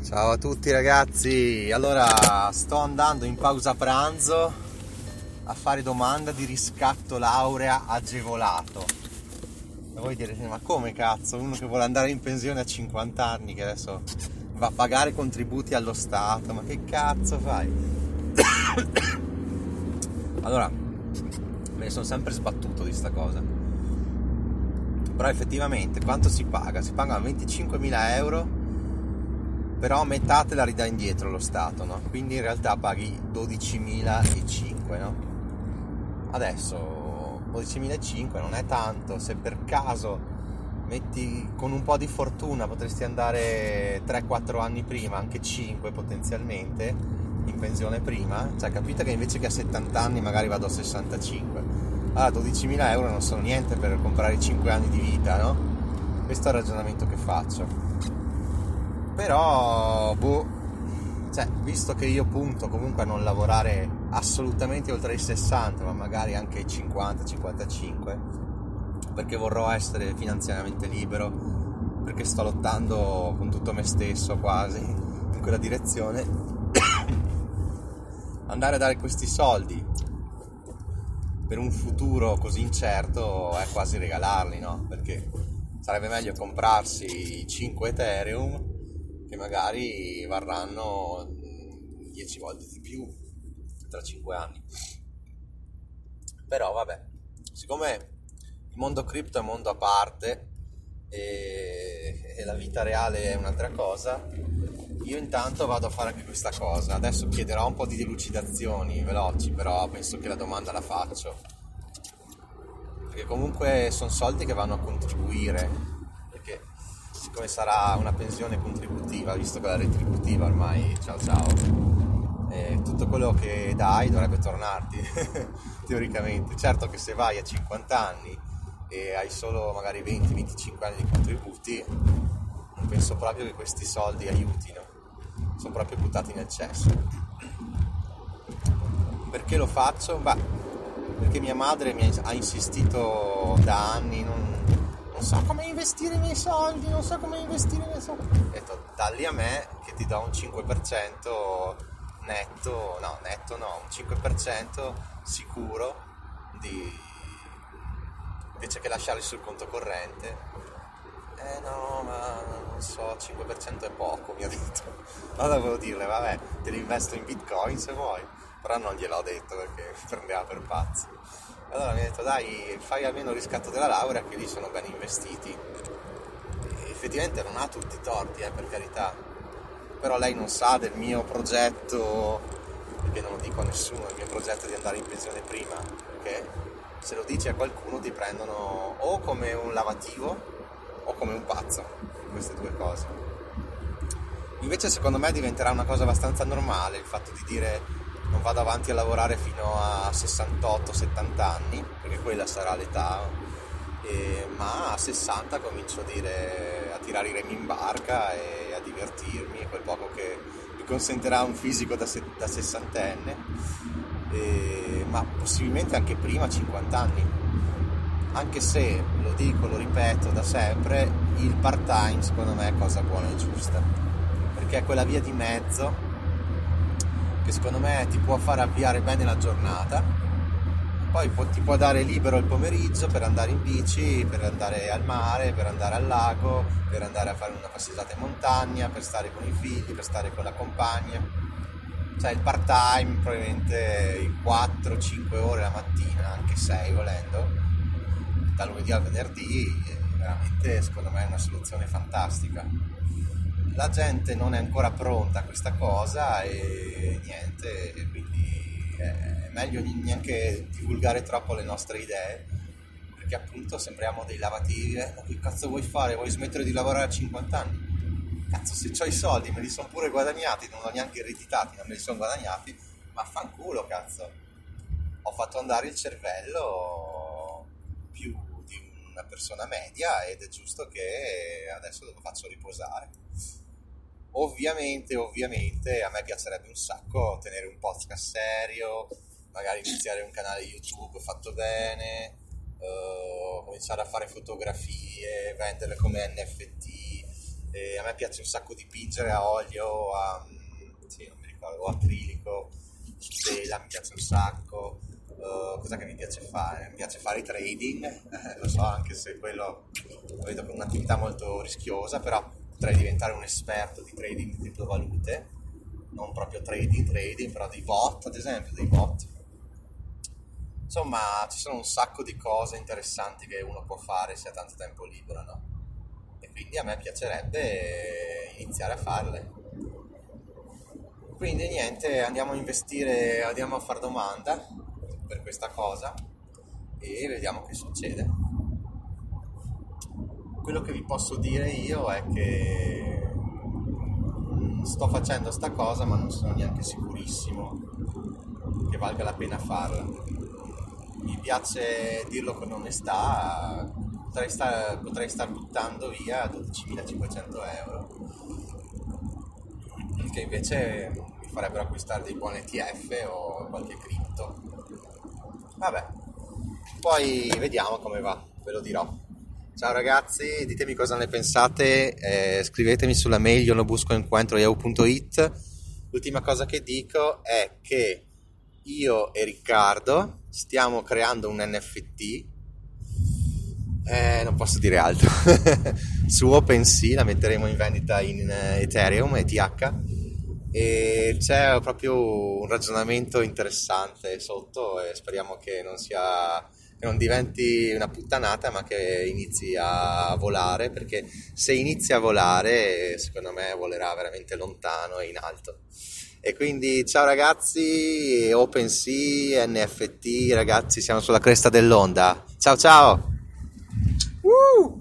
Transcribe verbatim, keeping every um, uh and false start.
Ciao a tutti ragazzi, allora sto andando in pausa pranzo a fare domanda di riscatto laurea agevolato. E voi direte, ma come cazzo, uno che vuole andare in pensione a cinquanta anni che adesso va a pagare contributi allo Stato, ma che cazzo fai? Allora, me ne sono sempre sbattuto di sta cosa, però effettivamente quanto si paga? Si pagano venticinquemila euro, però metà te la ridà indietro lo Stato, no? Quindi in realtà paghi dodicimilacinquecento, no? Adesso dodicimilacinquecento non è tanto, se per caso metti con un po' di fortuna potresti andare tre quattro anni prima, anche cinque potenzialmente, in pensione prima, cioè capite che invece che a settanta anni magari vado a sessantacinque, allora dodicimila euro non sono niente per comprare cinque anni di vita, no? Questo è il ragionamento che faccio. Però, boh, cioè, visto che io punto comunque a non lavorare assolutamente oltre i sessanta, ma magari anche i cinquanta cinquantacinque, perché vorrò essere finanziariamente libero, perché sto lottando con tutto me stesso quasi in quella direzione, andare a dare questi soldi per un futuro così incerto è quasi regalarli, no? Perché sarebbe meglio comprarsi cinque Ethereum che magari varranno dieci volte di più tra cinque anni. Però vabbè, siccome il mondo cripto è un mondo a parte e, e la vita reale è un'altra cosa, io intanto vado a fare anche questa cosa. Adesso chiederò un po' di delucidazioni veloci, però penso che la domanda la faccio, perché comunque sono soldi che vanno a contribuire, perché siccome sarà una pensione contributiva, visto che la retributiva ormai ciao ciao, e tutto quello che dai dovrebbe tornarti teoricamente. Certo che se vai a cinquanta anni e hai solo magari venti venticinque anni di contributi, non penso proprio che questi soldi aiutino, sono proprio buttati nel cesso. Perché lo faccio? Beh, perché mia madre mi ha insistito da anni, non non so come investire i miei soldi, non so come investire i miei soldi. Ho detto, dalli a me che ti do un cinque per cento netto, no, netto no, un cinque per cento sicuro di... invece che lasciarli sul conto corrente. Eh no, ma non so, cinque per cento è poco, mi ha detto. Allora volevo dirle, vabbè, te li investo in Bitcoin se vuoi, però non gliel'ho detto perché mi prendeva per pazzo. Allora mi ha detto, dai, fai almeno il riscatto della laurea, che lì sono ben investiti. E effettivamente non ha tutti i torti, eh, per carità, però lei non sa del mio progetto, perché non lo dico a nessuno, il mio progetto di andare in pensione prima, perché se lo dici a qualcuno ti prendono o come un lavativo o come un pazzo, queste due cose. Invece secondo me diventerà una cosa abbastanza normale il fatto di dire non vado avanti a lavorare fino a sessantotto settanta anni, perché quella sarà l'età, e, ma a sessanta comincio a dire, a tirare i remi in barca e a divertirmi, quel poco che mi consentirà un fisico da, se, da sessantenne, e, ma possibilmente anche prima, cinquanta anni, anche se, lo dico, lo ripeto da sempre, il part-time secondo me è cosa buona e giusta, perché è quella via di mezzo che secondo me ti può far avviare bene la giornata, poi può, ti può dare libero il pomeriggio per andare in bici, per andare al mare, per andare al lago, per andare a fare una passeggiata in montagna, per stare con i figli, per stare con la compagna. Cioè il part time probabilmente quattro cinque ore la mattina, anche sei volendo, da lunedì al venerdì, veramente secondo me è una soluzione fantastica. La gente non è ancora pronta a questa cosa e niente, quindi è meglio neanche divulgare troppo le nostre idee, perché appunto sembriamo dei lavativi. Eh, ma che cazzo vuoi fare? Vuoi smettere di lavorare a cinquanta anni? Cazzo, se c'ho i soldi me li sono pure guadagnati, non ho neanche ereditati, non me li sono guadagnati, ma fanculo, cazzo. Ho fatto andare il cervello più di una persona media ed è giusto che adesso lo faccio riposare. Ovviamente, ovviamente a me piacerebbe un sacco tenere un podcast serio, magari iniziare un canale YouTube fatto bene, uh, cominciare a fare fotografie, venderle come N F T, E a me piace un sacco dipingere a olio, a, sì, non mi ricordo, o acrilico, su tela, mi piace un sacco. Uh, cosa che mi piace fare? Mi piace fare i trading, eh, lo so, anche se quello lo vedo come un'attività molto rischiosa, però potrei diventare un esperto di trading di criptovalute, non proprio trading, trading, però dei bot, ad esempio, dei bot. Insomma, ci sono un sacco di cose interessanti che uno può fare se ha tanto tempo libero, no? E quindi a me piacerebbe iniziare a farle. Quindi niente, andiamo a investire, andiamo a far domanda per questa cosa e vediamo che succede. Quello che vi posso dire io è che sto facendo sta cosa, ma non sono neanche sicurissimo che valga la pena farla. Mi piace dirlo con onestà, potrei star, potrei star buttando via dodicimilacinquecento euro, che invece mi farebbero acquistare dei buoni E T F o qualche cripto. Vabbè, poi vediamo come va, ve lo dirò. Ciao ragazzi, ditemi cosa ne pensate, eh, scrivetemi sulla mail ionobuscoencuentro punto yahoo punto it. L'ultima cosa che dico è che io e Riccardo stiamo creando un N F T, eh, non posso dire altro, su OpenSea, la metteremo in vendita in Ethereum, E T H, e c'è proprio un ragionamento interessante sotto e speriamo che non sia, che non diventi una puttanata, ma che inizi a volare, perché se inizi a volare secondo me volerà veramente lontano e in alto. E quindi ciao ragazzi, OpenSea, N F T, ragazzi, siamo sulla cresta dell'onda. Ciao ciao! Uh!